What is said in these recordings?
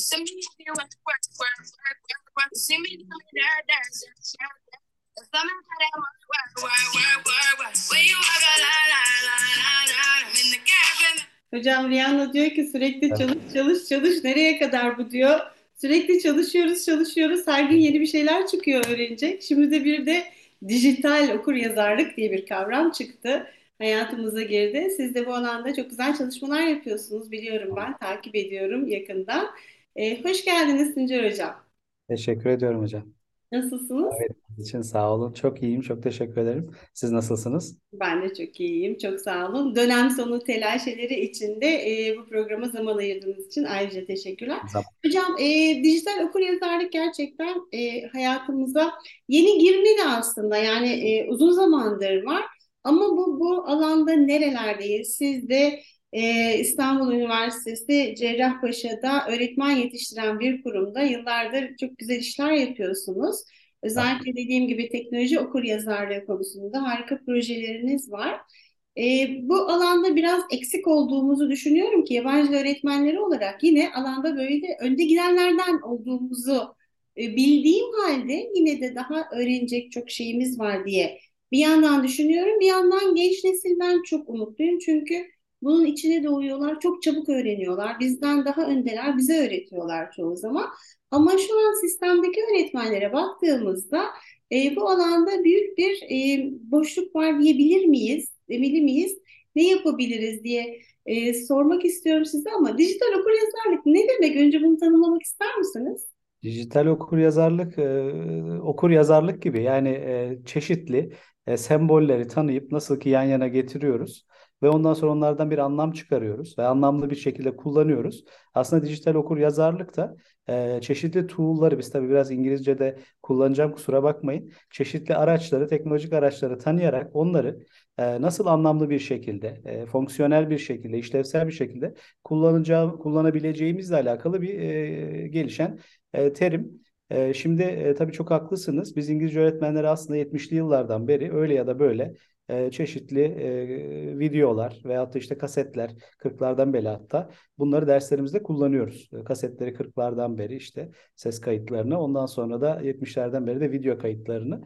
Hocam Rihanna diyor ki sürekli Evet. çalış çalış çalış nereye kadar bu diyor. Sürekli çalışıyoruz çalışıyoruz her gün yeni bir şeyler çıkıyor öğrenecek. Şimdi de bir de dijital okur yazarlık diye bir kavram çıktı. Hayatımıza girdi. Siz de bu alanda çok güzel çalışmalar yapıyorsunuz biliyorum ben takip ediyorum yakından. Hoş geldiniz Sincar Hocam. Teşekkür ediyorum hocam. Nasılsınız? Evet, için sağ olun. Çok iyiyim. Çok teşekkür ederim. Siz nasılsınız? Ben de çok iyiyim. Çok sağ olun. Dönem sonu telaşeleri içinde bu programa zaman ayırdığınız için ayrıca teşekkürler. Zaman. Hocam dijital okuryazarlık gerçekten hayatımıza yeni girmedi aslında. Yani uzun zamandır var. Ama bu alanda nerelerdeyiz? Siz de İstanbul Üniversitesi Cerrahpaşa'da öğretmen yetiştiren bir kurumda yıllardır çok güzel işler yapıyorsunuz. Sağ Özellikle dediğim gibi teknoloji okuryazarlığı konusunda harika projeleriniz var. Bu alanda biraz eksik olduğumuzu düşünüyorum ki yabancı dil öğretmenleri olarak yine alanda böyle önde gidenlerden olduğumuzu bildiğim halde yine de daha öğrenecek çok şeyimiz var diye bir yandan düşünüyorum. Bir yandan genç nesilden çok umutluyum çünkü bunun içine doğuyorlar, çok çabuk öğreniyorlar. Bizden daha öndeler, bize öğretiyorlar çoğu zaman. Ama şu an sistemdeki öğretmenlere baktığımızda bu alanda büyük bir boşluk var diyebilir miyiz, demeli miyiz, ne yapabiliriz diye sormak istiyorum size ama dijital okuryazarlık ne demek? Önce bunu tanımlamak ister misiniz? Dijital okuryazarlık okuryazarlık gibi yani çeşitli sembolleri tanıyıp nasıl ki yan yana getiriyoruz ve ondan sonra onlardan bir anlam çıkarıyoruz ve anlamlı bir şekilde kullanıyoruz. Aslında dijital okuryazarlık da çeşitli tool'ları biz tabii biraz İngilizce'de kullanacağım kusura bakmayın. Çeşitli araçları, teknolojik araçları tanıyarak onları nasıl anlamlı bir şekilde, fonksiyonel bir şekilde, işlevsel bir şekilde kullanabileceğimizle alakalı bir gelişen terim. Şimdi tabii çok haklısınız. Biz İngilizce öğretmenleri aslında 70'li yıllardan beri öyle ya da böyle çeşitli videolar veyahut da işte kasetler 40'lardan beri hatta bunları derslerimizde kullanıyoruz. Kasetleri 40'lardan beri işte ses kayıtlarını ondan sonra da 70'lerden beri de video kayıtlarını.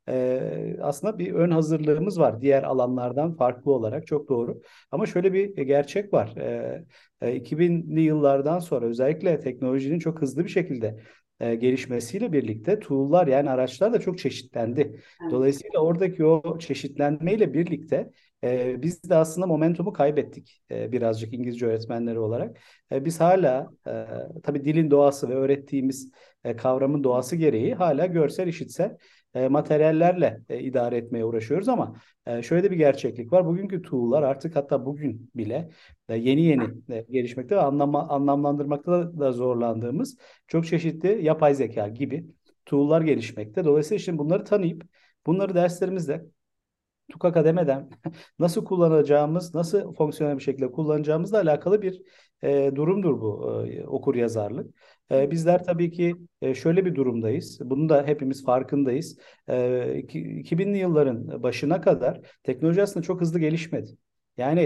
Aslında bir ön hazırlığımız var diğer alanlardan farklı olarak çok doğru. Ama şöyle bir gerçek var. 2000'li yıllardan sonra özellikle teknolojinin çok hızlı bir şekilde gelişmesiyle birlikte tool'lar yani araçlar da çok çeşitlendi. Evet. Dolayısıyla oradaki o çeşitlenmeyle birlikte biz de aslında momentumu kaybettik birazcık İngilizce öğretmenleri olarak. Biz hala tabii dilin doğası ve öğrettiğimiz kavramın doğası gereği hala görsel, işitsel materyallerle idare etmeye uğraşıyoruz ama şöyle de bir gerçeklik var. Bugünkü tool'lar artık hatta bugün bile yeni yeni gelişmekte ve anlamlandırmakta da zorlandığımız çok çeşitli yapay zeka gibi tool'lar gelişmekte. Dolayısıyla şimdi bunları tanıyıp bunları derslerimizde tukaka demeden nasıl kullanacağımız, nasıl fonksiyonel bir şekilde kullanacağımızla alakalı bir durumdur bu okur yazarlık. Bizler tabii ki şöyle bir durumdayız. Bunun da hepimiz farkındayız. 2000'li yılların başına kadar teknoloji aslında çok hızlı gelişmedi. Yani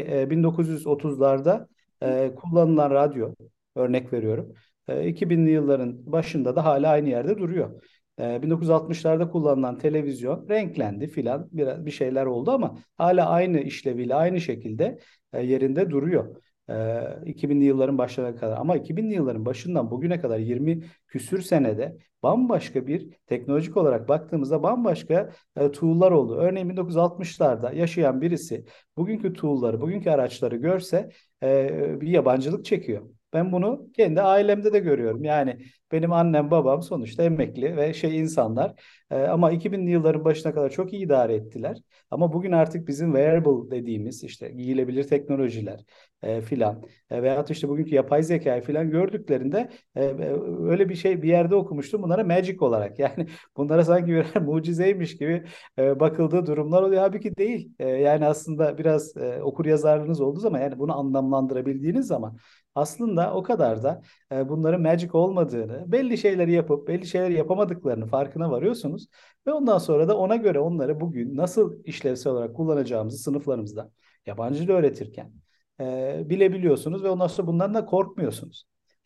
1930'larda kullanılan radyo, örnek veriyorum. 2000'li yılların başında da hala aynı yerde duruyor. 1960'larda kullanılan televizyon renklendi filan bir şeyler oldu ama hala aynı işleviyle aynı şekilde yerinde duruyor. 2000'li yılların başlarına kadar ama 2000'li yılların başından bugüne kadar 20 küsür senede bambaşka bir teknolojik olarak baktığımızda bambaşka tool'lar oldu. Örneğin 1960'larda yaşayan birisi bugünkü tool'ları, bugünkü araçları görse bir yabancılık çekiyor. Ben bunu kendi ailemde de görüyorum. Yani benim annem babam sonuçta emekli ve şey insanlar. Ama 2000'li yılların başına kadar çok iyi idare ettiler. Ama bugün artık bizim wearable dediğimiz işte giyilebilir teknolojiler filan veyahut işte bugünkü yapay zekayı filan gördüklerinde öyle bir şey bir yerde okumuştum. Bunlara magic olarak yani bunlara sanki bir mucizeymiş gibi bakıldığı durumlar oluyor. Halbuki değil. Yani aslında biraz okur yazarlığınız olduğu zaman yani bunu anlamlandırabildiğiniz zaman aslında o kadar da bunların magic olmadığını, belli şeyleri yapıp belli şeyleri yapamadıklarını farkına varıyorsunuz ve ondan sonra da ona göre onları bugün nasıl işlevsel olarak kullanacağımızı sınıflarımızda yabancı dil öğretirken bilebiliyorsunuz ve ondan sonra bundan da korkmuyorsunuz.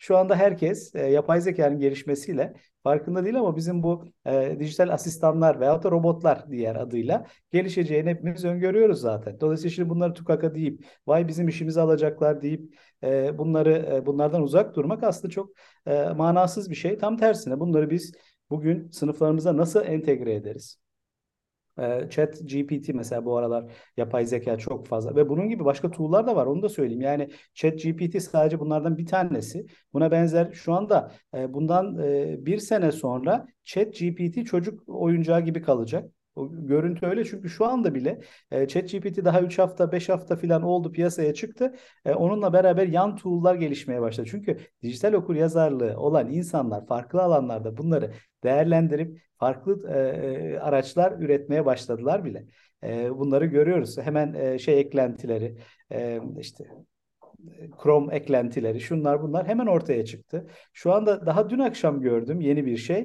Şu anda herkes yapay zekanın gelişmesiyle farkında değil ama bizim bu dijital asistanlar veyahut da robotlar diğer adıyla gelişeceğini hepimiz öngörüyoruz zaten. Dolayısıyla şimdi bunları tukaka deyip vay bizim işimizi alacaklar deyip bunlardan uzak durmak aslında çok manasız bir şey. Tam tersine bunları biz bugün sınıflarımıza nasıl entegre ederiz? Chat GPT mesela bu aralar yapay zeka çok fazla ve bunun gibi başka tool'lar da var, onu da söyleyeyim. Yani Chat GPT sadece bunlardan bir tanesi. Buna benzer şu anda bundan bir sene sonra Chat GPT çocuk oyuncağı gibi kalacak. O görüntü öyle çünkü şu anda bile ChatGPT daha 3 hafta 5 hafta falan oldu piyasaya çıktı. Onunla beraber yan tool'lar gelişmeye başladı. Çünkü dijital okur yazarlığı olan insanlar farklı alanlarda bunları değerlendirip farklı araçlar üretmeye başladılar bile. Bunları görüyoruz. Hemen şey eklentileri, işte Chrome eklentileri, şunlar bunlar hemen ortaya çıktı. Şu anda daha dün akşam gördüm yeni bir şey.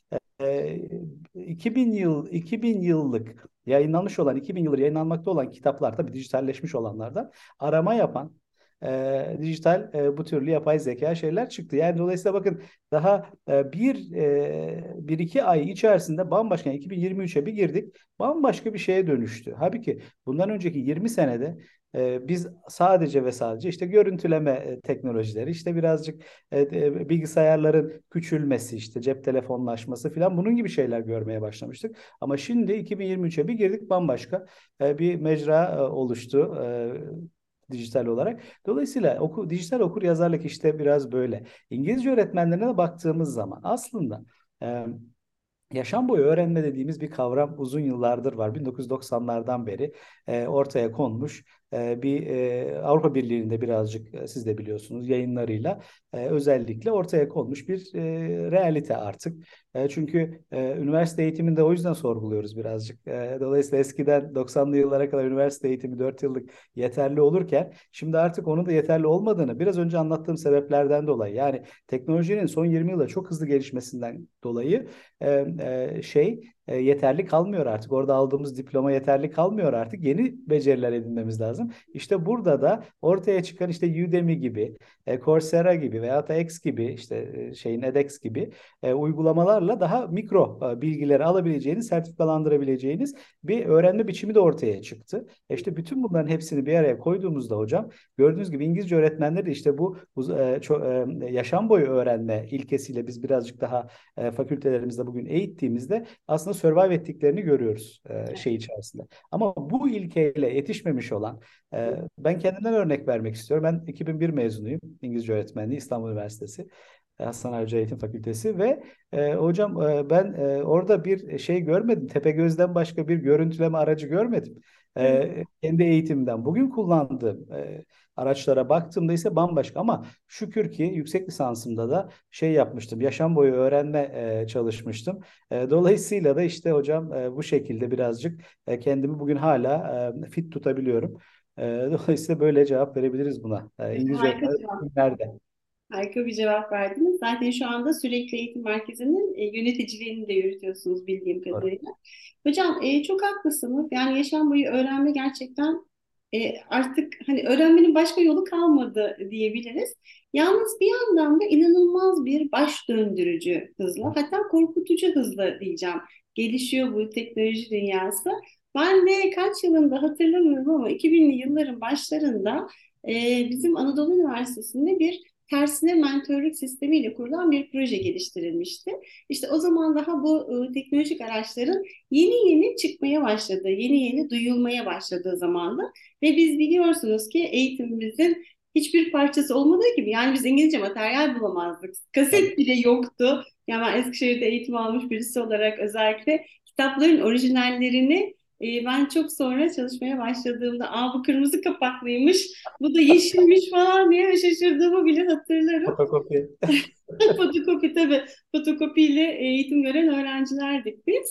2000 yıllık yayınlanmış olan 2000 yıldır yayınlanmakta olan kitaplar tabii dijitalleşmiş olanlardan arama yapan dijital bu türlü yapay zeka şeyler çıktı. Yani dolayısıyla bakın daha bir iki ay içerisinde bambaşka yani 2023'e bir girdik bambaşka bir şeye dönüştü. Halbuki bundan önceki 20 senede biz sadece ve sadece işte görüntüleme teknolojileri işte birazcık bilgisayarların küçülmesi işte cep telefonlaşması falan bunun gibi şeyler görmeye başlamıştık. Ama şimdi 2023'e bir girdik bambaşka bir mecra oluştu dijital olarak. Dolayısıyla dijital okur yazarlık işte biraz böyle. İngilizce öğretmenlerine de baktığımız zaman aslında e, yaşam boyu öğrenme dediğimiz bir kavram uzun yıllardır var. 1990'lardan beri ortaya konmuş bir Avrupa Birliği'nde birazcık siz de biliyorsunuz yayınlarıyla özellikle ortaya konmuş bir realite artık. Çünkü üniversite eğitiminde o yüzden sorguluyoruz birazcık. Dolayısıyla eskiden 90'lı yıllara kadar üniversite eğitimi 4 yıllık yeterli olurken şimdi artık onun da yeterli olmadığını biraz önce anlattığım sebeplerden dolayı yani teknolojinin son 20 yılda çok hızlı gelişmesinden dolayı yeterli kalmıyor artık. Orada aldığımız diploma yeterli kalmıyor artık. Yeni beceriler edinmemiz lazım. İşte burada da ortaya çıkan işte Udemy gibi, Coursera gibi veya da X gibi işte edX gibi uygulamalarla daha mikro bilgileri alabileceğiniz, sertifikalandırabileceğiniz bir öğrenme biçimi de ortaya çıktı. İşte bütün bunların hepsini bir araya koyduğumuzda hocam gördüğünüz gibi İngilizce öğretmenleri de işte bu yaşam boyu öğrenme ilkesiyle biz birazcık daha fakültelerimizde bugün eğittiğimizde aslında survive ettiklerini görüyoruz şey içerisinde. Ama bu ilkeyle yetişmemiş olan ben kendimden örnek vermek istiyorum. Ben 2001 mezunuyum. İngilizce öğretmenliği İstanbul Üniversitesi. Hasan Hoca Eğitim Fakültesi ve hocam ben orada bir şey görmedim. Tepegöz'den başka bir görüntüleme aracı görmedim. Kendi eğitimden. Bugün kullandığım araçlara baktığımda ise bambaşka ama şükür ki yüksek lisansımda da şey yapmıştım. Yaşam boyu öğrenme çalışmıştım. Dolayısıyla da işte hocam bu şekilde birazcık kendimi bugün hala fit tutabiliyorum. Dolayısıyla böyle cevap verebiliriz buna. İngilizce Harika öğretmen cevap. nerede? Harika bir cevap verdiniz. Zaten şu anda sürekli eğitim merkezinin yöneticiliğini de yürütüyorsunuz bildiğim Doğru. kadarıyla. Hocam çok haklısınız. Yani yaşam boyu öğrenme gerçekten artık hani öğrenmenin başka yolu kalmadı diyebiliriz. Yalnız bir yandan da inanılmaz bir baş döndürücü hızla, hatta korkutucu hızla diyeceğim. Gelişiyor bu teknoloji dünyası. Ben de kaç yılında hatırlamıyorum ama 2000'li yılların başlarında bizim Anadolu Üniversitesi'nde bir tersine mentörlük sistemiyle kurulan bir proje geliştirilmişti. İşte o zaman daha bu teknolojik araçların yeni yeni çıkmaya başladığı, yeni yeni duyulmaya başladığı zamandı. Ve biz biliyorsunuz ki eğitimimizin hiçbir parçası olmadığı gibi yani biz İngilizce materyal bulamazdık. Tabii. Kaset bile yoktu. Yani ben Eskişehir'de eğitim almış birisi olarak özellikle kitapların orijinallerini ben çok sonra çalışmaya başladığımda bu kırmızı kapaklıymış, bu da yeşilmiş falan diye şaşırdığımı bile hatırlarım. Fotokopi. Fotokopi tabii. Fotokopiyle eğitim gören öğrencilerdik biz.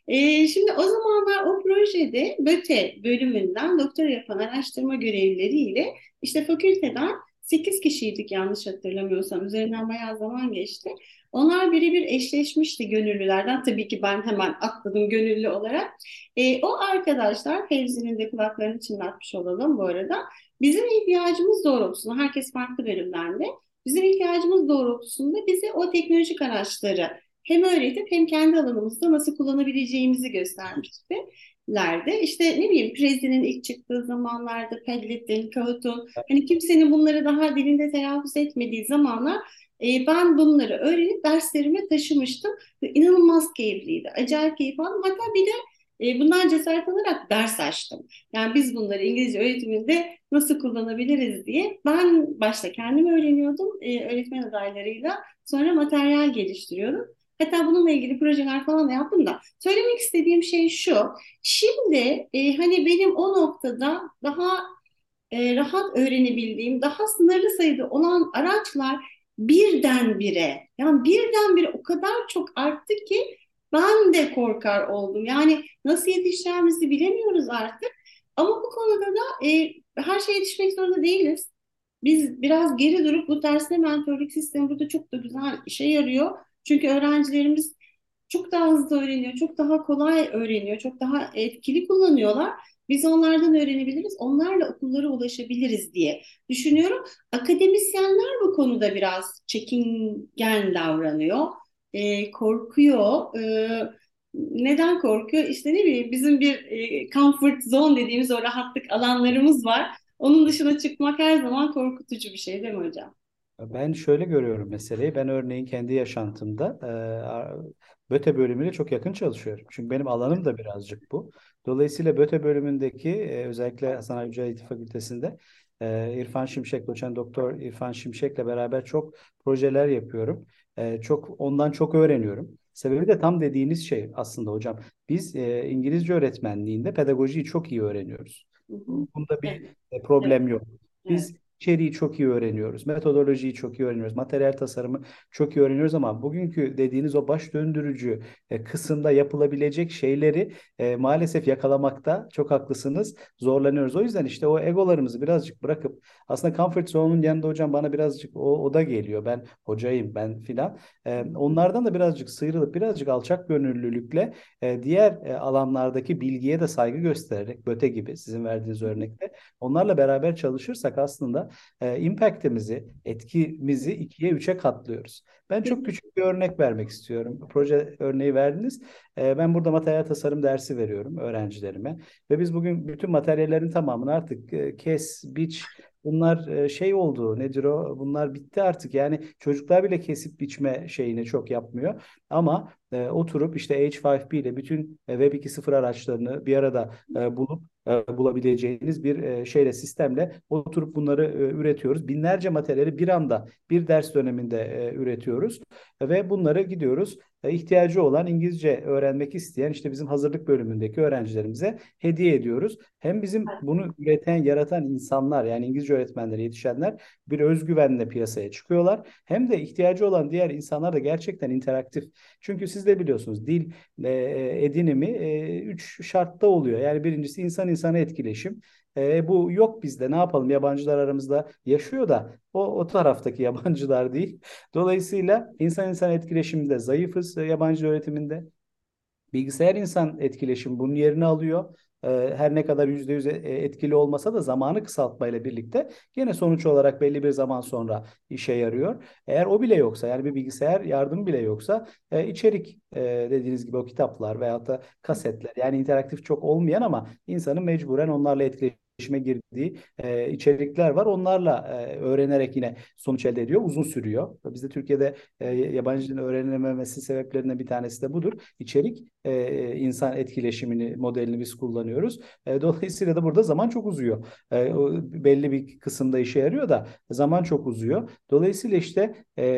Şimdi o zamanlar o projede BÖTE bölümünden doktora yapan araştırma görevlileriyle işte fakülteden 8 kişiydik yanlış hatırlamıyorsam. Üzerinden bayağı zaman geçti. Onlar birebir eşleşmişti gönüllülerden. Tabii ki ben hemen atladım gönüllü olarak. O arkadaşlar, Fevzi'nin de kulaklarını çınlatmış olalım bu arada. Bizim ihtiyacımız doğrultusunda herkes farklı bölümlerde Bizim ihtiyacımız doğrultusunda bize o teknolojik araçları hem öğretip hem kendi alanımızda nasıl kullanabileceğimizi göstermişlerdi. İşte ne bileyim Prezi'nin ilk çıktığı zamanlarda Padlet'in, Kahoot'un hani kimsenin bunları daha dilinde telaffuz etmediği zamanlar ben bunları öğrenip derslerime taşımıştım. Ve inanılmaz keyifliydi. Acayip keyif aldım. Hatta bir de bundan cesaret alarak ders açtım. Yani biz bunları İngilizce öğretiminde nasıl kullanabiliriz diye. Ben başta kendim öğreniyordum öğretmen adaylarıyla. Sonra materyal geliştiriyordum. Hatta bununla ilgili projeler falan da yaptım da. Söylemek istediğim şey şu. Şimdi hani benim o noktada daha rahat öğrenebildiğim, daha sınırlı sayıda olan araçlar birdenbire, yani birdenbire o kadar çok arttı ki ben de korkar oldum. Yani nasıl yetişeceğimizi bilemiyoruz artık. Ama bu konuda da her şeye yetişmek zorunda değiliz. Biz biraz geri durup bu tersine mentörlük sistemi burada çok da güzel işe yarıyor. Çünkü öğrencilerimiz çok daha hızlı öğreniyor, çok daha kolay öğreniyor, çok daha etkili kullanıyorlar. Biz onlardan öğrenebiliriz, onlarla okullara ulaşabiliriz diye düşünüyorum. Akademisyenler bu konuda biraz çekingen davranıyor, korkuyor. Neden korkuyor? İşte ne bileyim bizim bir comfort zone dediğimiz o rahatlık alanlarımız var. Onun dışına çıkmak her zaman korkutucu bir şey değil mi hocam? Ben şöyle görüyorum meseleyi. Ben örneğin kendi yaşantımda BÖTE bölümüyle çok yakın çalışıyorum. Çünkü benim alanım da birazcık bu. Dolayısıyla BÖTE bölümündeki özellikle Hasan Ali Hoca Eğitim Fakültesi'nde İrfan Şimşek, doçent doktor İrfan Şimşek'le beraber çok projeler yapıyorum. Ondan çok öğreniyorum. Sebebi de tam dediğiniz şey aslında hocam. Biz İngilizce öğretmenliğinde pedagojiyi çok iyi öğreniyoruz. Hı hı. Bunda bir Evet, evet, problem yok. evet. Biz içeriği çok iyi öğreniyoruz. Metodolojiyi çok iyi öğreniyoruz. Materyal tasarımı çok iyi öğreniyoruz ama bugünkü dediğiniz o baş döndürücü kısımda yapılabilecek şeyleri maalesef yakalamakta çok haklısınız. Zorlanıyoruz. O yüzden işte o egolarımızı birazcık bırakıp aslında comfort zone'un yanında hocam bana birazcık o da geliyor. Ben hocayım ben filan. Onlardan da birazcık sıyrılıp birazcık alçak gönüllülükle diğer alanlardaki bilgiye de saygı göstererek BÖTE gibi sizin verdiğiniz örnekte onlarla beraber çalışırsak aslında impact'imizi, etkimizi ikiye, üçe katlıyoruz. Ben çok küçük bir örnek vermek istiyorum. Proje örneği verdiniz. Ben burada materyal tasarım dersi veriyorum öğrencilerime. Ve biz bugün bütün materyallerin tamamını artık kes, biç, bunlar şey oldu. Nedir o? Bunlar bitti artık. Yani çocuklar bile kesip biçme şeyini çok yapmıyor. Ama oturup işte H5P ile bütün Web 2.0 araçlarını bir arada bulup bulabileceğiniz bir şeyle sistemle oturup bunları üretiyoruz. Binlerce materyali bir anda bir ders döneminde üretiyoruz ve bunları gidiyoruz ihtiyacı olan İngilizce öğrenmek isteyen işte bizim hazırlık bölümündeki öğrencilerimize hediye ediyoruz. Hem bizim bunu üreten, yaratan insanlar yani İngilizce öğretmenleri, yetişenler bir özgüvenle piyasaya çıkıyorlar. Hem de ihtiyacı olan diğer insanlar da gerçekten interaktif. Çünkü siz de biliyorsunuz dil edinimi üç şartta oluyor. Yani birincisi insan insana etkileşim. Bu yok bizde ne yapalım yabancılar aramızda yaşıyor da o taraftaki yabancılar değil. Dolayısıyla insan insan etkileşiminde zayıfız yabancı öğretiminde. Bilgisayar insan etkileşim bunun yerini alıyor. Her ne kadar %100 etkili olmasa da zamanı kısaltmayla birlikte gene sonuç olarak belli bir zaman sonra işe yarıyor. Eğer o bile yoksa yani bir bilgisayar yardımı bile yoksa içerik dediğiniz gibi o kitaplar veyahut da kasetler yani interaktif çok olmayan ama insanın mecburen onlarla etkileşime girdiği içerikler var. Onlarla öğrenerek yine sonuç elde ediyor. Uzun sürüyor. Bizde Türkiye'de yabancı dilin öğrenememesi sebeplerinden bir tanesi de budur. İçerik insan etkileşimini modelini biz kullanıyoruz. Dolayısıyla da burada zaman çok uzuyor. Belli bir kısımda işe yarıyor da zaman çok uzuyor. Dolayısıyla işte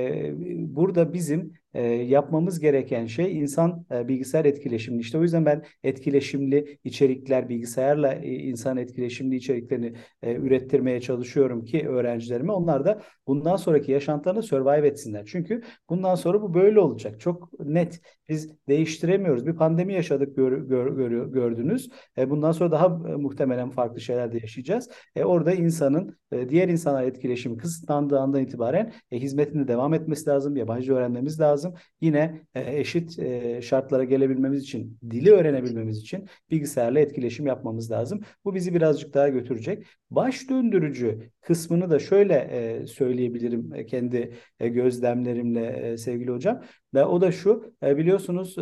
burada bizim yapmamız gereken şey insan bilgisayar etkileşimli. İşte o yüzden ben etkileşimli içerikler bilgisayarla insan etkileşimli içeriklerini ürettirmeye çalışıyorum ki öğrencilerime onlar da bundan sonraki yaşantılarını survive etsinler. Çünkü bundan sonra bu böyle olacak. Çok net. Biz değiştiremiyoruz. Bir pandemi yaşadık gördünüz. Bundan sonra daha muhtemelen farklı şeyler de yaşayacağız. Orada insanın diğer insana etkileşimi kısıtlandığı andan itibaren hizmetinde devam etmesi lazım. Yabancı öğrenmemiz lazım. lazım. Yine eşit şartlara gelebilmemiz için, dili öğrenebilmemiz için bilgisayarla etkileşim yapmamız lazım. Bu bizi birazcık daha götürecek. Baş döndürücü kısmını da şöyle söyleyebilirim kendi gözlemlerimle sevgili hocam. Ve o da şu, biliyorsunuz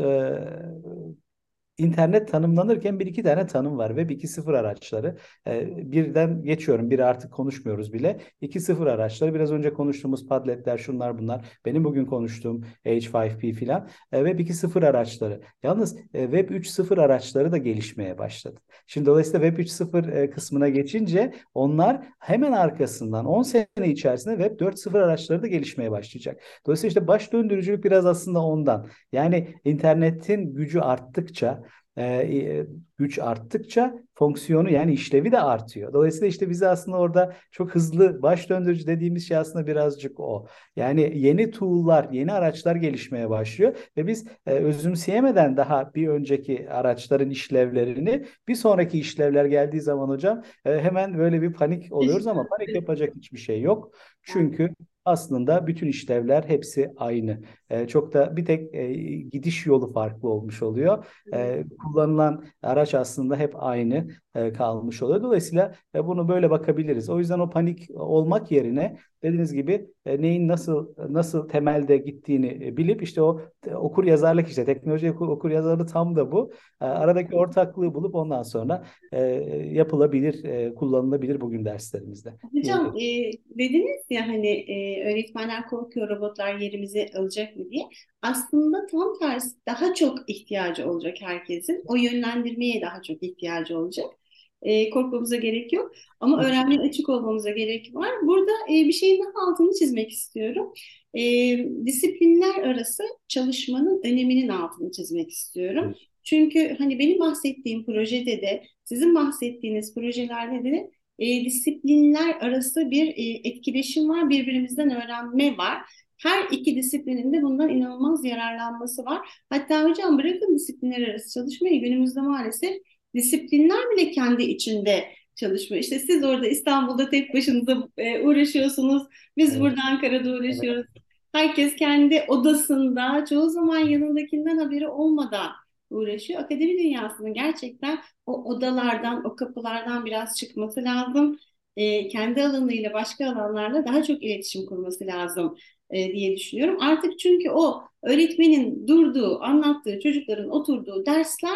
İnternet tanımlanırken bir iki tane tanım var. Web 2.0 araçları. Birden geçiyorum. Biri artık konuşmuyoruz bile. 2.0 araçları. Biraz önce konuştuğumuz Padlet'ler, şunlar bunlar. Benim bugün konuştuğum H5P filan. Web 2.0 araçları. Yalnız Web 3.0 araçları da gelişmeye başladı. Şimdi dolayısıyla Web 3.0 kısmına geçince onlar hemen arkasından 10 sene içerisinde Web 4.0 araçları da gelişmeye başlayacak. Dolayısıyla işte baş döndürücülük biraz aslında ondan. Yani internetin gücü arttıkça güç arttıkça fonksiyonu yani işlevi de artıyor. Dolayısıyla işte bize aslında orada çok hızlı baş döndürücü dediğimiz şey aslında birazcık o. Yani yeni tool'lar, yeni araçlar gelişmeye başlıyor ve biz özümseyemeden daha bir önceki araçların işlevlerini bir sonraki işlevler geldiği zaman hocam hemen böyle bir panik oluyoruz ama panik yapacak hiçbir şey yok. Çünkü aslında bütün işlevler hepsi aynı. Çok da bir tek gidiş yolu farklı olmuş oluyor. Kullanılan araç aslında hep aynı kalmış oluyor. Dolayısıyla bunu böyle bakabiliriz. O yüzden o panik olmak yerine dediğiniz gibi neyin nasıl temelde gittiğini bilip işte o okur yazarlık işte teknoloji okur yazarlığı tam da bu. Aradaki ortaklığı bulup ondan sonra yapılabilir, kullanılabilir bugün derslerimizde Hocam diyebilirim. dediniz ya hani öğretmenler korkuyor robotlar yerimizi alacak mı diye. Aslında tam tersi daha çok ihtiyacı olacak herkesin. O yönlendirmeye daha çok ihtiyacı olacak. Korkmamıza gerek yok. Ama öğrenmeye açık olmamıza gerek var. Burada bir şeyin daha altını çizmek istiyorum. E, Disiplinler arası çalışmanın öneminin altını çizmek istiyorum. Çünkü hani benim bahsettiğim projede de sizin bahsettiğiniz projelerde de disiplinler arası bir etkileşim var, birbirimizden öğrenme var. Her iki disiplinin de bundan inanılmaz yararlanması var. Hatta hocam bırakın disiplinler arası çalışmayı günümüzde maalesef disiplinler bile kendi içinde çalışmıyor. İşte siz orada İstanbul'da tek başınıza uğraşıyorsunuz. Biz Evet, burada Ankara'da evet, uğraşıyoruz. Herkes kendi odasında, çoğu zaman yanındakinden haberi olmadan uğraşıyor. Akademi dünyasının gerçekten o odalardan, o kapılardan biraz çıkması lazım. Kendi alanıyla başka alanlarla daha çok iletişim kurması lazım diye düşünüyorum. Artık çünkü o öğretmenin durduğu, anlattığı, çocukların oturduğu dersler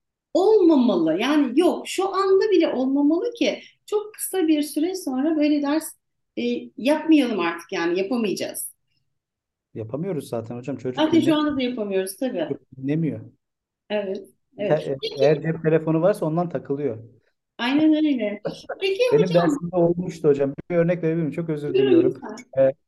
olmamalı. Yani yok, şu anda bile olmamalı ki çok kısa bir süre sonra böyle ders yapmayalım artık yani yapamayacağız. yapamıyoruz zaten hocam. Çocuk Zaten şu anda da yapamıyoruz tabii. dinlemiyor. Evet, evet. Eğer Peki, cep telefonu varsa ondan takılıyor. aynen öyle. Peki Benim hocam, dersimde olmuştu hocam. Bir örnek verebilir miyim? Çok özür buyurun diliyorum. lütfen.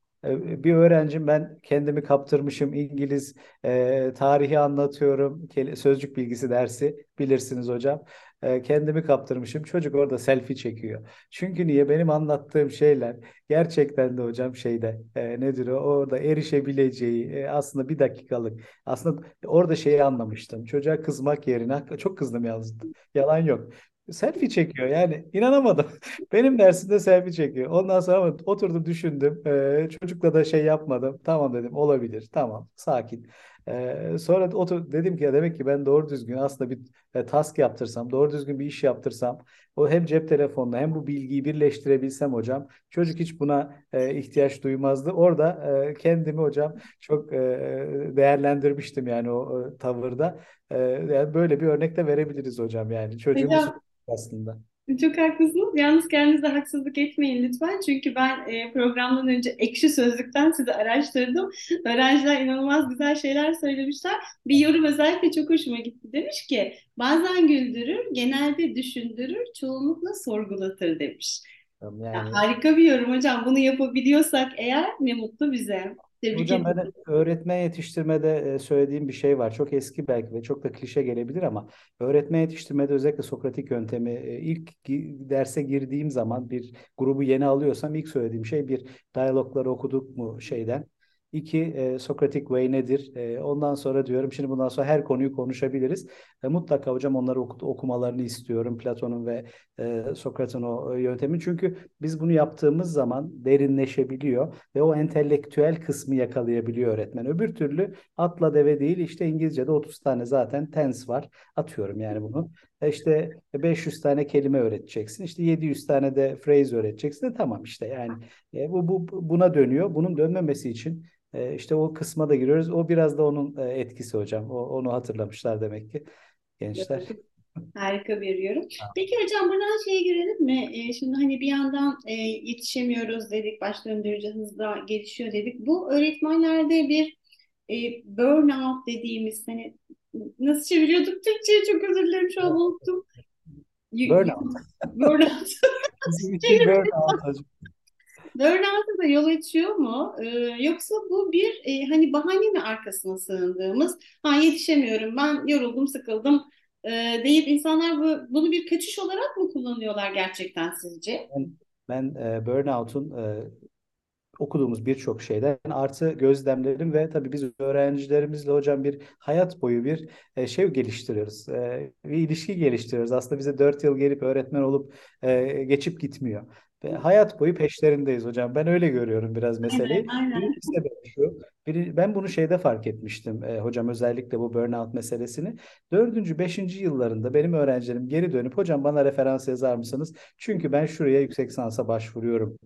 Bir öğrencim ben kendimi kaptırmışım İngiliz tarihi anlatıyorum. Sözcük bilgisi dersi bilirsiniz hocam. Kendimi kaptırmışım. Çocuk orada selfie çekiyor. Çünkü niye? Benim anlattığım şeyler gerçekten de hocam şeyde nedir o? Orada erişebileceği aslında bir dakikalık. Aslında orada şeyi anlamıştım. Çocuğa kızmak yerine çok kızdım yalnız. Yalan yok. Selfie çekiyor yani inanamadım. Benim dersimde selfie çekiyor. Ondan sonra ama oturdum düşündüm. Çocukla da şey yapmadım. Tamam dedim olabilir. Tamam sakin. Sonra dedim ki ya demek ki ben doğru düzgün aslında bir task yaptırsam, doğru düzgün bir iş yaptırsam, o hem cep telefonla hem bu bilgiyi birleştirebilsem hocam, çocuk hiç buna ihtiyaç duymazdı. Orada kendimi hocam çok değerlendirmiştim yani o tavırda. Yani böyle bir örnek de verebiliriz hocam yani çocuğun bir suçu Hocam aslında. çok haklısınız. Yalnız kendinize haksızlık etmeyin lütfen. Çünkü ben programdan önce Ekşi Sözlük'ten sizi araştırdım. Öğrenciler inanılmaz güzel şeyler söylemişler. Bir yorum özellikle çok hoşuma gitti. Demiş ki bazen güldürür, genelde düşündürür, çoğunlukla sorgulatır demiş. Ya, Yani harika bir yorum hocam. Bunu yapabiliyorsak eğer ne mutlu bize. Tebrik hocam ben ederim. de öğretmen yetiştirmede söylediğim bir şey var. Çok eski belki ve çok da klişe gelebilir ama öğretmen yetiştirmede özellikle Sokratik yöntemi ilk derse girdiğim zaman bir grubu yeni alıyorsam ilk söylediğim şey bir diyalogları okuduk mu şeyden. İki, Socratic Way nedir? Ondan sonra diyorum şimdi bundan sonra her konuyu konuşabiliriz. Mutlaka hocam onları okumalarını istiyorum. Platon'un ve Sokrat'ın o yöntemi. Çünkü biz bunu yaptığımız zaman derinleşebiliyor ve o entelektüel kısmı yakalayabiliyor öğretmen. Öbür türlü atla deve değil, işte İngilizce'de 30 tane zaten tense var. Atıyorum yani bunu. İşte 500 tane kelime öğreteceksin. İşte 700 tane de phrase öğreteceksin. Tamam işte yani buna dönüyor. Bunun dönmemesi için işte o kısma da giriyoruz. O biraz da onun etkisi hocam. Onu hatırlamışlar demek ki gençler. Harika bir yorum. Peki hocam buradan şeye girelim mi? Şimdi hani bir yandan yetişemiyoruz dedik, baş döndürücü hızla gelişiyor dedik. Bu öğretmenlerde bir burnout dediğimiz hani nasıl çeviriyorduk Türkçe'ye, çok özür dilerim şu an unuttum. Burnout. Burnout. Bizim için burnout hocam. Burnout'a da yol açıyor mu? Yoksa bu bir hani bahane mi arkasına sığındığımız? Ha yetişemiyorum, ben yoruldum, sıkıldım e, deyip insanlar bunu bir kaçış olarak mı kullanıyorlar gerçekten sizce? Ben burnout'un okuduğumuz birçok şeyden artı gözlemlerim ve tabii biz öğrencilerimizle hocam bir hayat boyu bir şey geliştiriyoruz. Bir ilişki geliştiriyoruz. Aslında bize 4 yıl gelip öğretmen olup geçip gitmiyor. Ve hayat boyu peşlerindeyiz hocam. Ben öyle görüyorum biraz Aynen, meseleyi. aynen. Birincisi de şu. Ben bunu şeyde fark etmiştim hocam, özellikle bu burnout meselesini. Dördüncü, beşinci yıllarında benim öğrencilerim geri dönüp hocam bana referans yazar mısınız? Çünkü ben şuraya yüksek lisansa başvuruyorum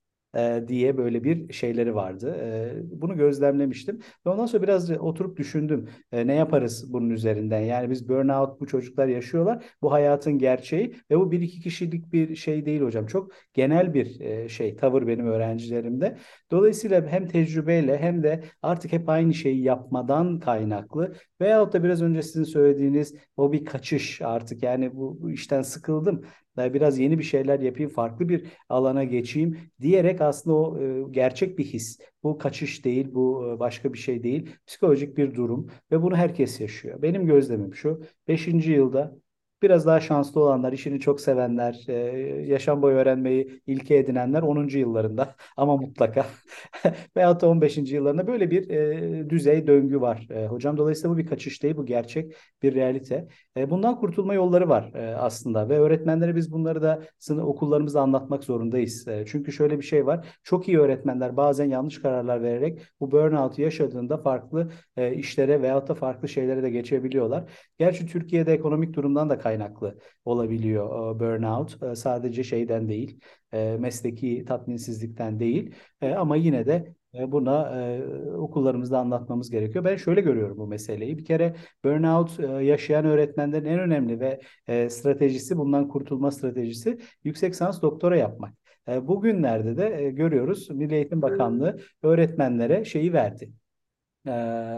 diye böyle bir şeyleri vardı. Bunu gözlemlemiştim. Ve ondan sonra biraz oturup düşündüm. Ne yaparız bunun üzerinden? Yani biz burnout bu çocuklar yaşıyorlar. Bu hayatın gerçeği ve bu bir iki kişilik bir şey değil hocam. Çok genel bir şey, tavır benim öğrencilerimde. Dolayısıyla hem tecrübeyle hem de artık hep aynı şeyi yapmadan kaynaklı veyahut da biraz önce sizin söylediğiniz o bir kaçış artık, yani bu işten sıkıldım. Biraz yeni bir şeyler yapayım, farklı bir alana geçeyim diyerek aslında o gerçek bir his. Bu kaçış değil, bu başka bir şey değil. Psikolojik bir durum ve bunu herkes yaşıyor. Benim gözlemim şu: beşinci yılda biraz daha şanslı olanlar, işini çok sevenler, yaşam boyu öğrenmeyi ilke edinenler 10. yıllarında ama mutlaka veyahut da 15. yıllarında böyle bir düzey döngü var. Hocam dolayısıyla bu bir kaçış değil, bu gerçek bir realite. Bundan kurtulma yolları var aslında ve öğretmenlere biz bunları da okullarımızda anlatmak zorundayız. Çünkü şöyle bir şey var. Çok iyi öğretmenler bazen yanlış kararlar vererek bu burnout'u yaşadığında farklı işlere veyahut da farklı şeylere de geçebiliyorlar. Gerçi Türkiye'de ekonomik durumdan da kaynaklı olabiliyor burnout. Sadece şeyden değil, mesleki tatminsizlikten değil. Ama yine de buna okullarımızda anlatmamız gerekiyor. Ben şöyle görüyorum bu meseleyi. Bir kere burnout yaşayan öğretmenlerin en önemli ve stratejisi, bundan kurtulma stratejisi yüksek lisans doktora yapmak. Bugünlerde de görüyoruz, Milli Eğitim Bakanlığı öğretmenlere şeyi verdi. e,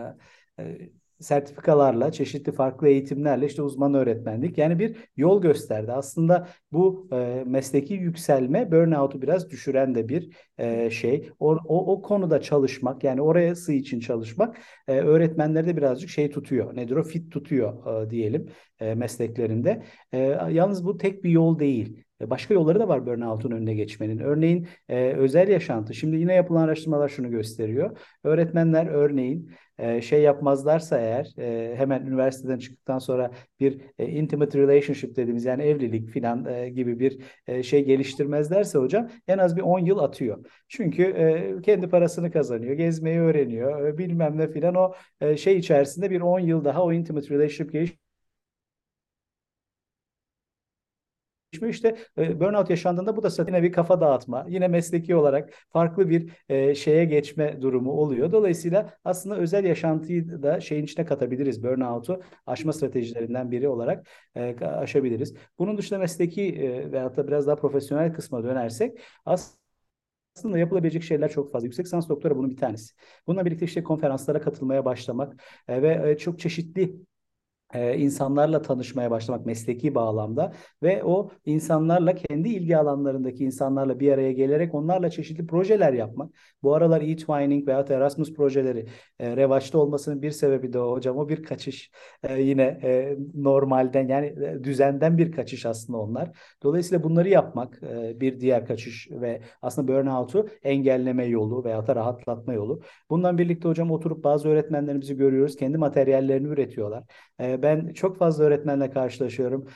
Sertifikalarla, çeşitli farklı eğitimlerle işte uzman öğretmenlik, yani bir yol gösterdi. Aslında bu mesleki yükselme burnout'u biraz düşüren de bir şey. O konuda çalışmak, yani orası için çalışmak öğretmenleri de birazcık şey tutuyor. Nedir o? Fit tutuyor diyelim mesleklerinde. Yalnız bu tek bir yol değil. Başka yolları da var burnout'un önüne geçmenin. Örneğin özel yaşantı. Şimdi yine yapılan araştırmalar şunu gösteriyor. Öğretmenler örneğin şey yapmazlarsa eğer, hemen üniversiteden çıktıktan sonra bir intimate relationship dediğimiz, yani evlilik falan gibi bir şey geliştirmezlerse hocam en az bir 10 yıl atıyor. Çünkü kendi parasını kazanıyor, gezmeyi öğreniyor, bilmem ne filan, o şey içerisinde bir 10 yıl daha o intimate relationship işte burnout yaşandığında bu da yine bir kafa dağıtma, yine mesleki olarak farklı bir şeye geçme durumu oluyor. Dolayısıyla aslında özel yaşantıyı da şeyin içine katabiliriz. Burnout'u aşma stratejilerinden biri olarak aşabiliriz. Bunun dışında mesleki veyahut da biraz daha profesyonel kısma dönersek aslında yapılabilecek şeyler çok fazla. Yüksek lisans doktora bunun bir tanesi. Bununla birlikte işte konferanslara katılmaya başlamak ve çok çeşitli insanlarla tanışmaya başlamak mesleki bağlamda ve o insanlarla kendi ilgi alanlarındaki insanlarla bir araya gelerek onlarla çeşitli projeler yapmak. Bu aralar e-twinning veya Erasmus projeleri revaçta olmasının bir sebebi de o hocam. O bir kaçış. Yine normalden yani düzenden bir kaçış aslında onlar. Dolayısıyla bunları yapmak bir diğer kaçış ve aslında burnout'u engelleme yolu veya da rahatlatma yolu. Bundan birlikte hocam oturup bazı öğretmenlerimizi görüyoruz. Kendi materyallerini üretiyorlar. Ben çok fazla öğretmenle karşılaşıyorum.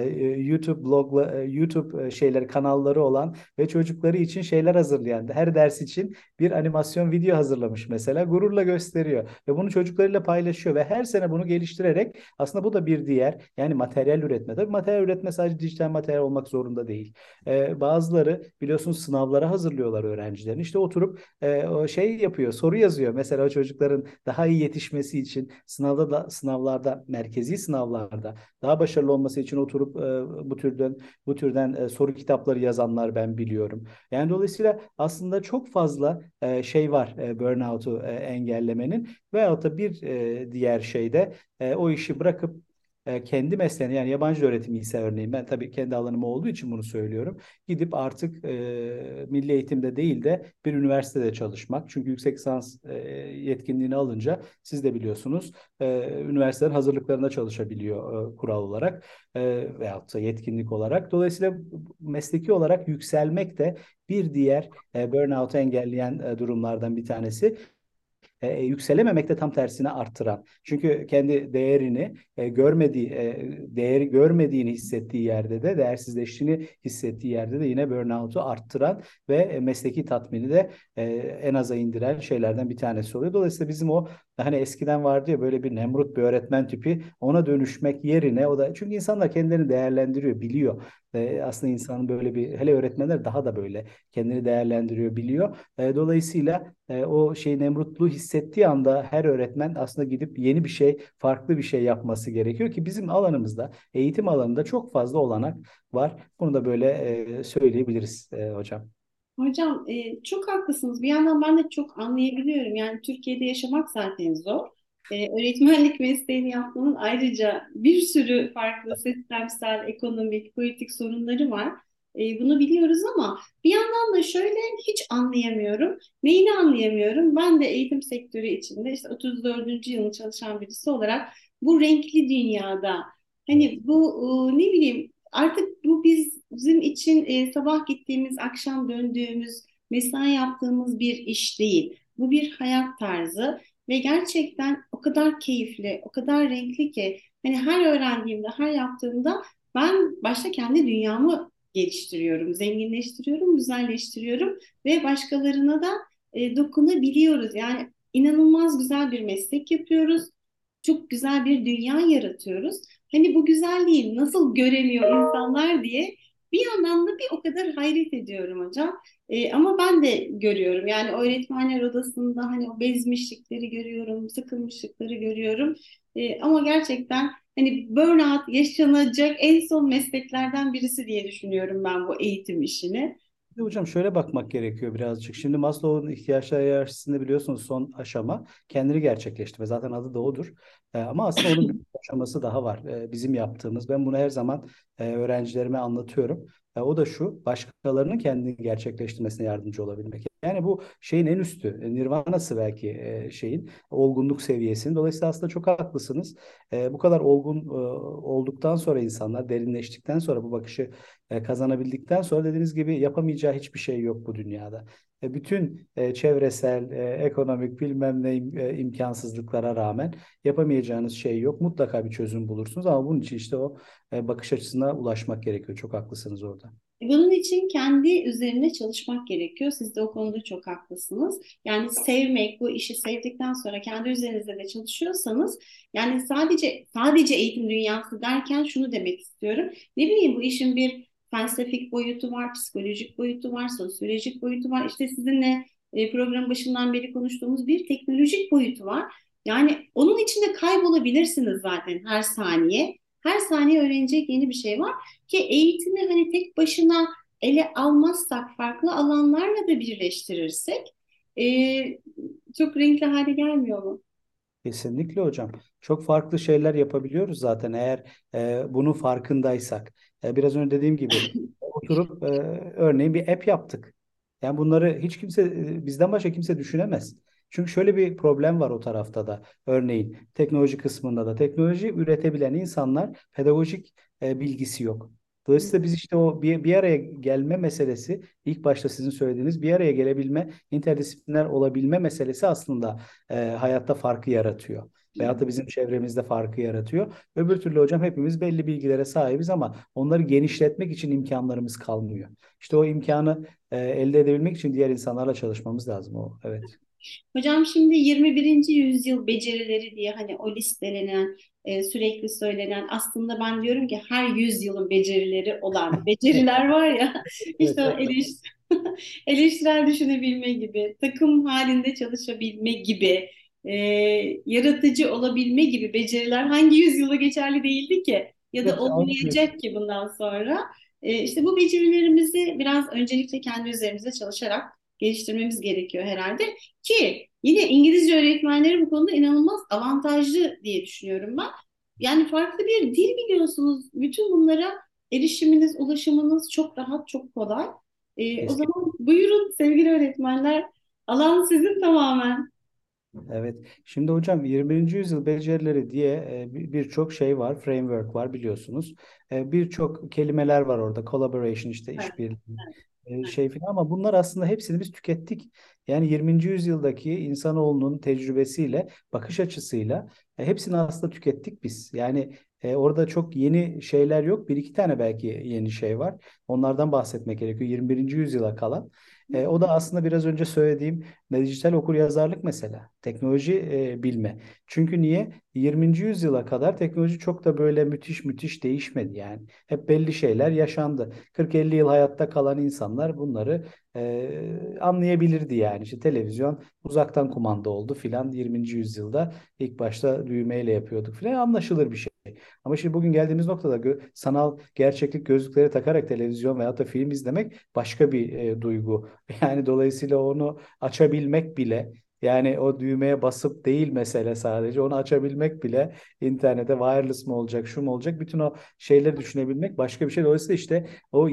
YouTube şeyleri kanalları olan ve çocukları için şeyler hazırlayan, her ders için bir animasyon video hazırlamış mesela. Gururla gösteriyor ve bunu çocuklarıyla paylaşıyor ve her sene bunu geliştirerek aslında bu da bir diğer yani materyal üretme. Tabii materyal üretme sadece dijital materyal olmak zorunda değil. Bazıları biliyorsunuz sınavlara hazırlıyorlar öğrencilerini. İşte oturup o şey yapıyor, soru yazıyor. Mesela o çocukların daha iyi yetişmesi için sınavlarda merkezi sınavlarda daha başarılı olması için oturup bu türden soru kitapları yazanlar ben biliyorum. Yani dolayısıyla aslında çok fazla şey var burnout'u engellemenin veyahut da bir diğer şeyde o işi bırakıp kendi mesleğini yani yabancı dil öğretimi ise örneğin ben tabii kendi alanım olduğu için bunu söylüyorum. Gidip artık milli eğitimde değil de bir üniversitede çalışmak. Çünkü yüksek lisans yetkinliğini alınca siz de biliyorsunuz üniversitelerin hazırlıklarında çalışabiliyor kural olarak veyahut da yetkinlik olarak. Dolayısıyla mesleki olarak yükselmek de bir diğer burnout'u engelleyen durumlardan bir tanesi yükselememek de tam tersine arttıran. Çünkü kendi değerini değeri görmediğini hissettiği yerde de değersizleştiğini hissettiği yerde de yine burnout'u arttıran ve mesleki tatmini de en aza indiren şeylerden bir tanesi oluyor. Dolayısıyla bizim o hani eskiden vardı ya böyle bir Nemrut bir öğretmen tipi ona dönüşmek yerine o da çünkü insanlar kendilerini değerlendiriyor, biliyor. Aslında insanın böyle bir hele öğretmenler daha da böyle kendini değerlendiriyor, biliyor. Dolayısıyla o şey Nemrutluğu hissettiği anda her öğretmen aslında gidip yeni bir şey, farklı bir şey yapması gerekiyor ki bizim alanımızda, eğitim alanında çok fazla olanak var. Bunu da böyle söyleyebiliriz hocam. Hocam çok haklısınız. Bir yandan ben de çok anlayabiliyorum. Yani Türkiye'de yaşamak zaten zor. Öğretmenlik mesleğini yapmanın ayrıca bir sürü farklı sistemsel, ekonomik, politik sorunları var. Bunu biliyoruz ama bir yandan da şöyle hiç anlayamıyorum. Neyini anlayamıyorum? Ben de eğitim sektörü içinde işte 34. yılını çalışan birisi olarak bu renkli dünyada hani bu ne bileyim artık bu bizim için sabah gittiğimiz, akşam döndüğümüz, mesai yaptığımız bir iş değil. Bu bir hayat tarzı ve gerçekten o kadar keyifli, o kadar renkli ki hani her öğrendiğimde, her yaptığımda ben başta kendi dünyamı geliştiriyorum, zenginleştiriyorum, güzelleştiriyorum ve başkalarına da dokunabiliyoruz. Yani inanılmaz güzel bir meslek yapıyoruz. Çok güzel bir dünya yaratıyoruz. Hani bu güzelliği nasıl göremiyor insanlar diye bir yandan da bir o kadar hayret ediyorum hocam. Ama ben de görüyorum. Yani öğretmenler odasında hani o bezmişlikleri görüyorum, sıkılmışlıkları görüyorum. Ama gerçekten hani burnout yaşanacak en son mesleklerden birisi diye düşünüyorum ben bu eğitim işini. Hocam şöyle bakmak gerekiyor birazcık. Şimdi Maslow'un ihtiyaçlar hiyerarşisinde biliyorsunuz son aşama kendini gerçekleştirme. Zaten adı da odur. Ama aslında onun bir aşaması daha var. Bizim yaptığımız. Ben bunu her zaman öğrencilerime anlatıyorum. O da şu, başkalarının kendini gerçekleştirmesine yardımcı olabilmek. Yani bu şeyin en üstü, nirvanası belki şeyin, olgunluk seviyesinin. Dolayısıyla aslında çok haklısınız. Bu kadar olgun olduktan sonra insanlar, derinleştikten sonra bu bakışı kazanabildikten sonra dediğiniz gibi yapamayacağı hiçbir şey yok bu dünyada. Bütün çevresel, ekonomik bilmem ne imkansızlıklara rağmen yapamayacağınız şey yok. Mutlaka bir çözüm bulursunuz ama bunun için işte o bakış açısına ulaşmak gerekiyor. Çok haklısınız orada. Bunun için kendi üzerine çalışmak gerekiyor. Siz de o konuda çok haklısınız. Yani sevmek, bu işi sevdikten sonra kendi üzerinizde de çalışıyorsanız, yani sadece eğitim dünyası derken şunu demek istiyorum. Ne bileyim bu işin bir felsefik boyutu var, psikolojik boyutu var, sosyolojik boyutu var. İşte sizinle program başından beri konuştuğumuz bir teknolojik boyutu var. Yani onun içinde kaybolabilirsiniz zaten her saniye. Her saniye öğrenecek yeni bir şey var. Ki eğitimi hani tek başına ele almazsak, farklı alanlarla da birleştirirsek çok renkli hale gelmiyor mu? Kesinlikle hocam. Çok farklı şeyler yapabiliyoruz zaten eğer bunun farkındaysak. Biraz önce dediğim gibi oturup örneğin bir app yaptık. Yani bunları hiç kimse bizden başka kimse düşünemez. Çünkü şöyle bir problem var o tarafta da. Örneğin teknoloji kısmında da teknoloji üretebilen insanlar pedagojik bilgisi yok. Dolayısıyla biz işte o bir araya gelme meselesi, ilk başta sizin söylediğiniz bir araya gelebilme, interdisipliner olabilme meselesi aslında hayatta farkı yaratıyor. Veyahut da bizim çevremizde farkı yaratıyor. Öbür türlü hocam hepimiz belli bilgilere sahibiz ama onları genişletmek için imkanlarımız kalmıyor. İşte o imkanı elde edebilmek için diğer insanlarla çalışmamız lazım. O, evet. Hocam şimdi 21. yüzyıl becerileri diye hani o listelenen, sürekli söylenen, aslında ben diyorum ki her yüzyılın becerileri olan beceriler var ya, işte Evet, o evet. eleştirel düşünebilme gibi, takım halinde çalışabilme gibi, e, yaratıcı olabilme gibi beceriler hangi yüzyıla geçerli değildi ki, ya da Evet, aynı. olmayacak ki bundan sonra. İşte bu becerilerimizi biraz öncelikle kendi üzerimizde çalışarak geliştirmemiz gerekiyor herhalde. Ki yine İngilizce öğretmenleri bu konuda inanılmaz avantajlı diye düşünüyorum ben. Yani farklı bir dil biliyorsunuz. Bütün bunlara erişiminiz, ulaşımınız çok rahat, çok kolay. O zaman buyurun sevgili öğretmenler. Alan sizin tamamen. Evet. Şimdi hocam 21. yüzyıl becerileri diye birçok şey var, framework var biliyorsunuz. Birçok kelimeler var orada. Collaboration işte Evet, işbirliği evet, şey filan ama bunlar aslında hepsini biz tükettik. Yani 20. yüzyıldaki insanoğlunun tecrübesiyle, bakış açısıyla hepsini aslında tükettik biz. Yani orada çok yeni şeyler yok. Bir iki tane belki yeni şey var. Onlardan bahsetmek gerekiyor 21. yüzyıla kalan. O da aslında biraz önce söylediğim dijital okuryazarlık mesela. Teknoloji bilme. Çünkü niye? 20. yüzyıla kadar teknoloji çok da böyle müthiş müthiş değişmedi yani. Hep belli şeyler yaşandı. 40-50 yıl hayatta kalan insanlar bunları anlayabilirdi yani. İşte televizyon uzaktan kumanda oldu filan 20. yüzyılda ilk başta düğmeyle yapıyorduk filan anlaşılır bir şey. Ama şimdi bugün geldiğimiz noktada sanal gerçeklik gözlükleri takarak televizyon veyahut da film izlemek başka bir duygu. Yani dolayısıyla onu açabilmek bile yani o düğmeye basıp değil mesele sadece onu açabilmek bile internete wireless mı olacak şu mu olacak bütün o şeyleri düşünebilmek başka bir şey. Dolayısıyla işte o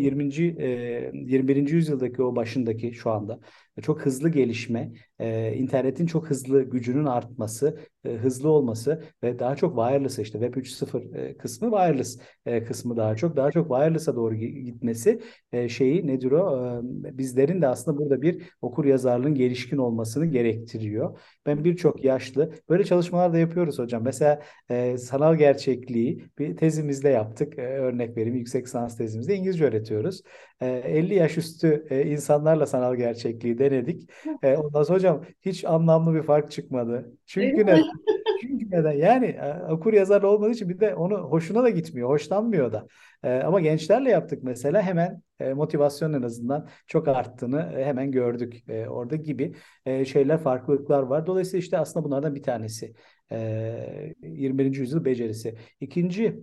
21. yüzyıldaki o başındaki şu anda çok hızlı gelişme, internetin çok hızlı gücünün artması, hızlı olması ve daha çok wireless işte Web 3.0 kısmı wireless kısmı daha çok wireless'a doğru gitmesi şeyi nedir o? Bizlerin de aslında burada bir okur yazarlığın gelişkin olmasını gerektiriyor. Ben birçok yaşlı böyle çalışmalar da yapıyoruz hocam. Mesela sanal gerçekliği bir tezimizde yaptık. Örnek vereyim yüksek lisans tezimizde İngilizce öğretiyoruz. 50 yaş üstü insanlarla sanal gerçekliği denedik. Ondan sonra hocam hiç anlamlı bir fark çıkmadı. Öyle Çünkü neden? mi? Çünkü neden? Yani okur yazar olmadığı için bir de onu hoşuna da gitmiyor, hoşlanmıyor da. Ama gençlerle yaptık mesela hemen motivasyon en azından çok arttığını hemen gördük orada gibi şeyler, farklılıklar var. Dolayısıyla işte aslında bunlardan bir tanesi 21. yüzyıl becerisi. İkinci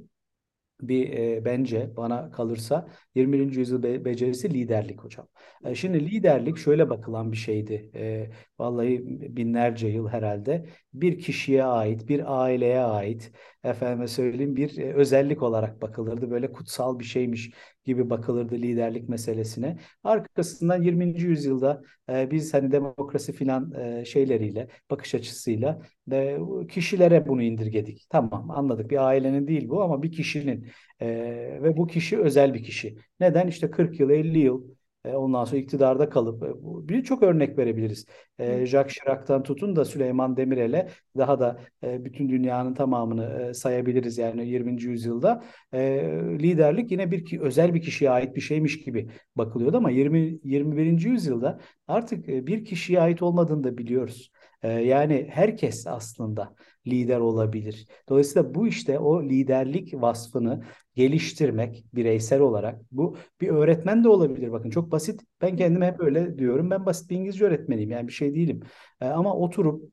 bence bana kalırsa 21. yüzyıl becerisi liderlik hocam. Şimdi liderlik şöyle bakılan bir şeydi. Vallahi binlerce yıl herhalde bir kişiye ait, bir aileye ait, efendime söyleyeyim bir özellik olarak bakılırdı. Böyle kutsal bir şeymiş gibi bakılırdı liderlik meselesine. Arkasından 20. yüzyılda biz hani demokrasi filan şeyleriyle, bakış açısıyla kişilere bunu indirgedik. Tamam anladık bir ailenin değil bu ama bir kişinin ve bu kişi özel bir kişi. Neden? İşte 40 yıl, 50 yıl ondan sonra iktidarda kalıp birçok örnek verebiliriz. Jacques Chirac'tan tutun da Süleyman Demirel'e daha da bütün dünyanın tamamını sayabiliriz yani 20. yüzyılda. Liderlik yine özel bir kişiye ait bir şeymiş gibi bakılıyordu ama 21. yüzyılda artık bir kişiye ait olmadığını da biliyoruz. Yani herkes aslında lider olabilir. Dolayısıyla bu işte o liderlik vasfını geliştirmek bireysel olarak bu bir öğretmen de olabilir. Bakın çok basit. Ben kendime hep öyle diyorum. Ben basit bir İngilizce öğretmeniyim. Yani bir şey değilim. Ama oturup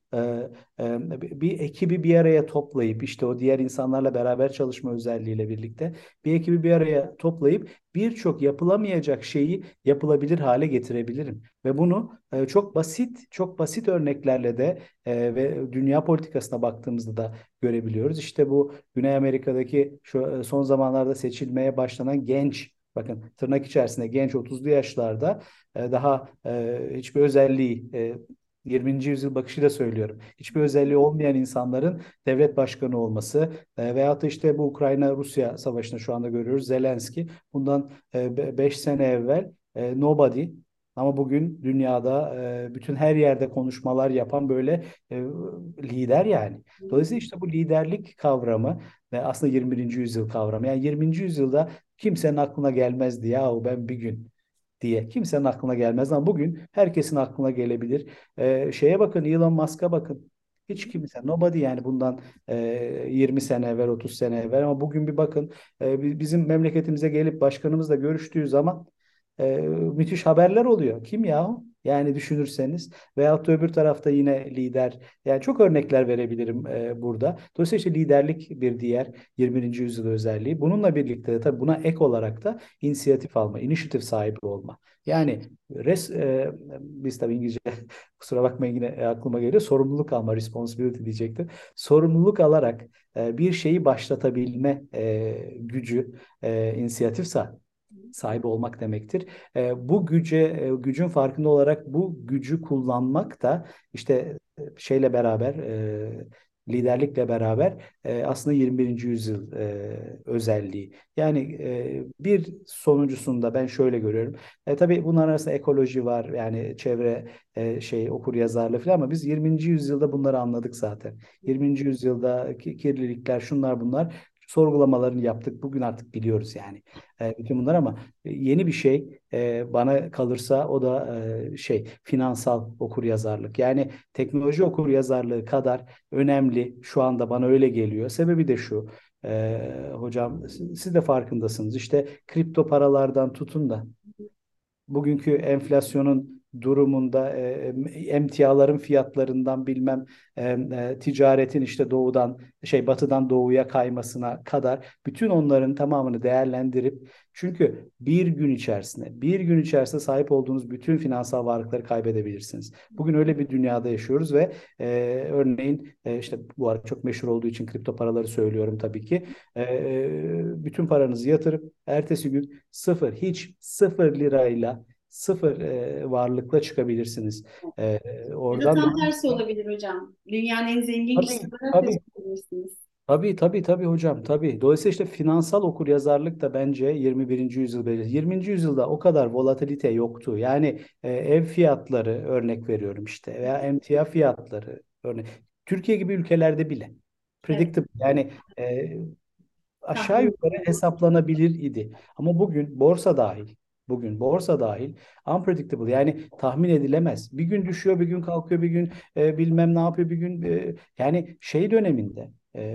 bir ekibi bir araya toplayıp işte o diğer insanlarla beraber çalışma özelliğiyle birlikte bir ekibi bir araya toplayıp birçok yapılamayacak şeyi yapılabilir hale getirebilirim. Ve bunu çok basit örneklerle de ve dünya politikasına baktığımızda da görebiliyoruz. İşte bu Güney Amerika'daki şu son zamanlarda seçilmeye başlanan genç, bakın tırnak içerisinde genç 30'lu yaşlarda daha hiçbir özelliği 20. yüzyıl bakışıyla söylüyorum. Hiçbir özelliği olmayan insanların devlet başkanı olması veyahut da işte bu Ukrayna-Rusya savaşını şu anda görüyoruz. Zelenski bundan 5 sene evvel nobody, ama bugün dünyada bütün her yerde konuşmalar yapan böyle lider yani. Dolayısıyla işte bu liderlik kavramı ve aslında 21. yüzyıl kavramı. Yani 20. yüzyılda kimsenin aklına gelmezdi ya ben bir gün diye. Kimsenin aklına gelmez ama bugün herkesin aklına gelebilir. Şeye bakın, Elon Musk'a bakın. Hiç kimse, nobody yani bundan 20 sene evvel, 30 sene evvel, ama bugün bir bakın bizim memleketimize gelip başkanımızla görüştüğü zaman müthiş haberler oluyor. Kim yahu? Yani düşünürseniz, veyahut da öbür tarafta yine lider. Yani çok örnekler verebilirim burada. Dolayısıyla işte liderlik bir diğer 20. yüzyıl özelliği. Bununla birlikte de tabii buna ek olarak da inisiyatif alma, inisiyatif sahibi olma. Yani biz tabii İngilizce kusura bakmayın yine aklıma geliyor. Sorumluluk alma, responsibility diyecektim. Sorumluluk alarak bir şeyi başlatabilme gücü, inisiyatif sahibi olmak demektir. Gücün farkında olarak bu gücü kullanmak da işte şeyle beraber, liderlikle beraber aslında 21. yüzyıl özelliği. Yani bir sonuncusunda ben şöyle görüyorum. Tabii bunların arasında ekoloji var, yani çevre okur yazarlığı falan, ama biz 20. yüzyılda bunları anladık zaten. 20. yüzyılda kirlilikler, şunlar bunlar sorgulamalarını yaptık. Bugün artık biliyoruz yani bütün bunlar, ama yeni bir şey bana kalırsa o da finansal okuryazarlık. Yani teknoloji okuryazarlığı kadar önemli şu anda, bana öyle geliyor. Sebebi de şu. Hocam siz de farkındasınız. İşte kripto paralardan tutun da bugünkü enflasyonun durumunda emtiaların fiyatlarından bilmem ticaretin işte batıdan doğuya kaymasına kadar bütün onların tamamını değerlendirip, çünkü bir gün içerisinde sahip olduğunuz bütün finansal varlıkları kaybedebilirsiniz. Bugün öyle bir dünyada yaşıyoruz ve örneğin işte bu ara çok meşhur olduğu için kripto paraları söylüyorum tabii ki. Bütün paranızı yatırıp ertesi gün hiç sıfır lirayla, sıfır varlıkla çıkabilirsiniz. E, Ya da Oradan tam dolayı tersi olabilir hocam. Dünyanın en zengin tabii kişisi olarak da tabii çıkabilirsiniz. tabii hocam, tabii. Dolayısıyla işte finansal okuryazarlık da bence 21. yüzyıl belirli. 20. yüzyılda o kadar volatilite yoktu. Yani ev fiyatları, örnek veriyorum işte, veya emtia fiyatları örnek. Türkiye gibi ülkelerde bile Evet, predictable, yani aşağı tahmin. yukarı hesaplanabilir idi. Ama bugün borsa dahil unpredictable, yani tahmin edilemez. Bir gün düşüyor, bir gün kalkıyor, bir gün bilmem ne yapıyor, bir gün yani şey döneminde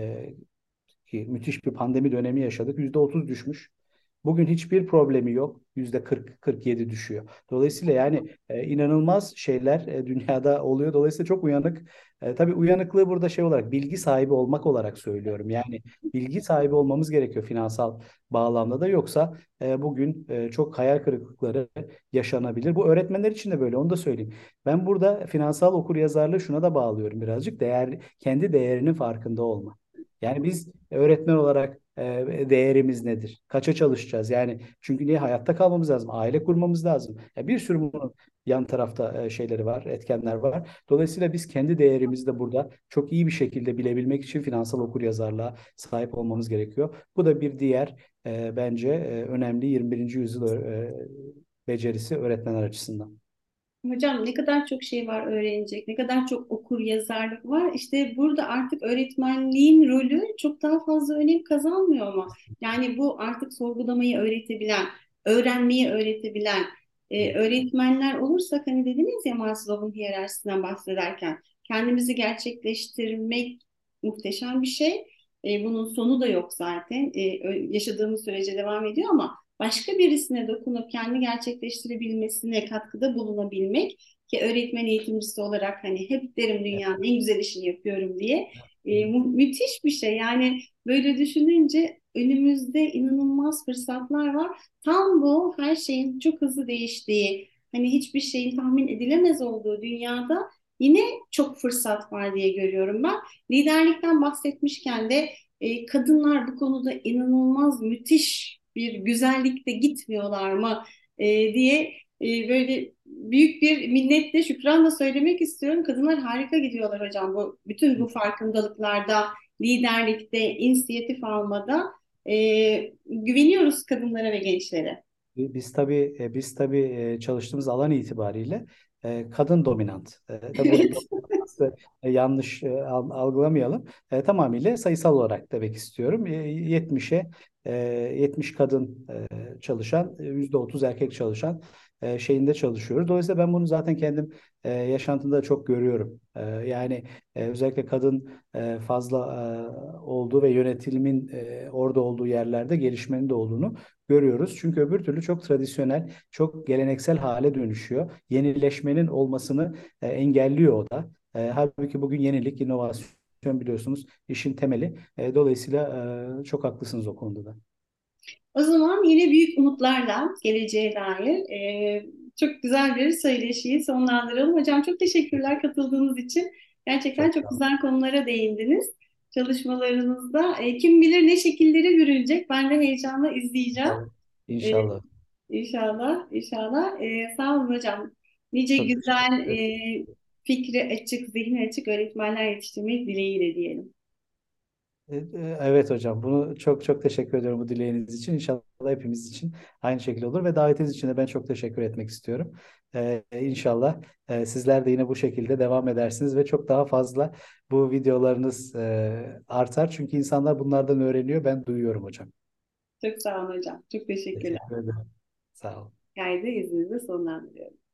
ki müthiş bir pandemi dönemi yaşadık. %30 düşmüş. Bugün hiçbir problemi yok. %40-47 düşüyor. Dolayısıyla yani inanılmaz şeyler dünyada oluyor. Dolayısıyla çok uyanık. Tabii uyanıklığı burada şey olarak, bilgi sahibi olmak olarak söylüyorum. Yani bilgi sahibi olmamız gerekiyor finansal bağlamda da, yoksa bugün çok hayal kırıklıkları yaşanabilir. Bu öğretmenler için de böyle, onu da söyleyeyim. Ben burada finansal okuryazarlığı şuna da bağlıyorum birazcık. Kendi değerinin farkında olma. Yani biz öğretmen olarak değerimiz nedir? Kaça çalışacağız? Yani çünkü niye, hayatta kalmamız lazım, aile kurmamız lazım. Bir sürü bunun yan tarafta şeyleri var, etkenler var. Dolayısıyla biz kendi değerimizi de burada çok iyi bir şekilde bilebilmek için finansal okuryazarlığa sahip olmamız gerekiyor. Bu da bir diğer bence önemli 21. yüzyıl becerisi öğretmenler açısından. Hocam ne kadar çok şey var öğrenecek, ne kadar çok okur yazarlık var. İşte burada artık öğretmenliğin rolü çok daha fazla önem kazanmıyor ama. Yani bu artık sorgulamayı öğretebilen, öğrenmeyi öğretebilen öğretmenler olursak, hani dediniz ya Maslow'un hiyerarşisinden bahsederken, kendimizi gerçekleştirmek muhteşem bir şey. Bunun sonu da yok zaten. Yaşadığımız sürece devam ediyor ama başka birisine dokunup kendi gerçekleştirebilmesine katkıda bulunabilmek, ki öğretmen eğitimcisi olarak hani hep derim dünyanın en güzel işini yapıyorum diye. Müthiş bir şey. Yani böyle düşününce önümüzde inanılmaz fırsatlar var. Tam bu her şeyin çok hızlı değiştiği, hani hiçbir şeyin tahmin edilemez olduğu dünyada yine çok fırsat var diye görüyorum ben. Liderlikten bahsetmişken de kadınlar bu konuda inanılmaz müthiş bir güzellikte gitmiyorlar mı diye böyle büyük bir minnetle şükranla söylemek istiyorum. Kadınlar harika gidiyorlar hocam, bu bütün bu farkındalıklarda, liderlikte, inisiyatif almada güveniyoruz kadınlara ve gençlere. Biz tabii çalıştığımız alan itibariyle kadın dominant. Tabii burada dominansı yanlış algılamayalım. Tamamıyla sayısal olarak demek istiyorum. 70 kadın çalışan, %30 erkek çalışan şeyinde çalışıyoruz. Dolayısıyla ben bunu zaten kendim yaşantımda çok görüyorum. Yani özellikle kadın fazla olduğu ve yönetilimin orada olduğu yerlerde gelişmenin de olduğunu görüyoruz. Çünkü öbür türlü çok tradisyonel, çok geleneksel hale dönüşüyor. Yenileşmenin olmasını engelliyor o da. Halbuki bugün yenilik, inovasyon biliyorsunuz işin temeli. Dolayısıyla çok haklısınız o konuda da. O zaman yine büyük umutlarla geleceğe dair çok güzel bir söyleşiyi sonlandıralım. Hocam çok teşekkürler katıldığınız için. Gerçekten Çok çok sağ olun. güzel konulara değindiniz. Çalışmalarınızda kim bilir ne şekilleri bürünecek. Ben de heyecanla izleyeceğim. İnşallah. E, İnşallah. İnşallah, inşallah. Sağ olun hocam. Nice Çok teşekkür güzel, ederim. fikri açık, zihni açık öğretmenler yetiştirmek dileğiyle diyelim. Evet hocam, bunu çok çok teşekkür ediyorum bu dileğiniz için. İnşallah hepimiz için aynı şekilde olur ve davetiniz için de ben çok teşekkür etmek istiyorum. İnşallah sizler de yine bu şekilde devam edersiniz ve çok daha fazla bu videolarınız artar. Çünkü insanlar bunlardan öğreniyor. Ben duyuyorum hocam. Çok sağ olun hocam. Çok teşekkürler. Teşekkür ederim. Sağ olun. Kaydı izninizle sonlandırıyorum.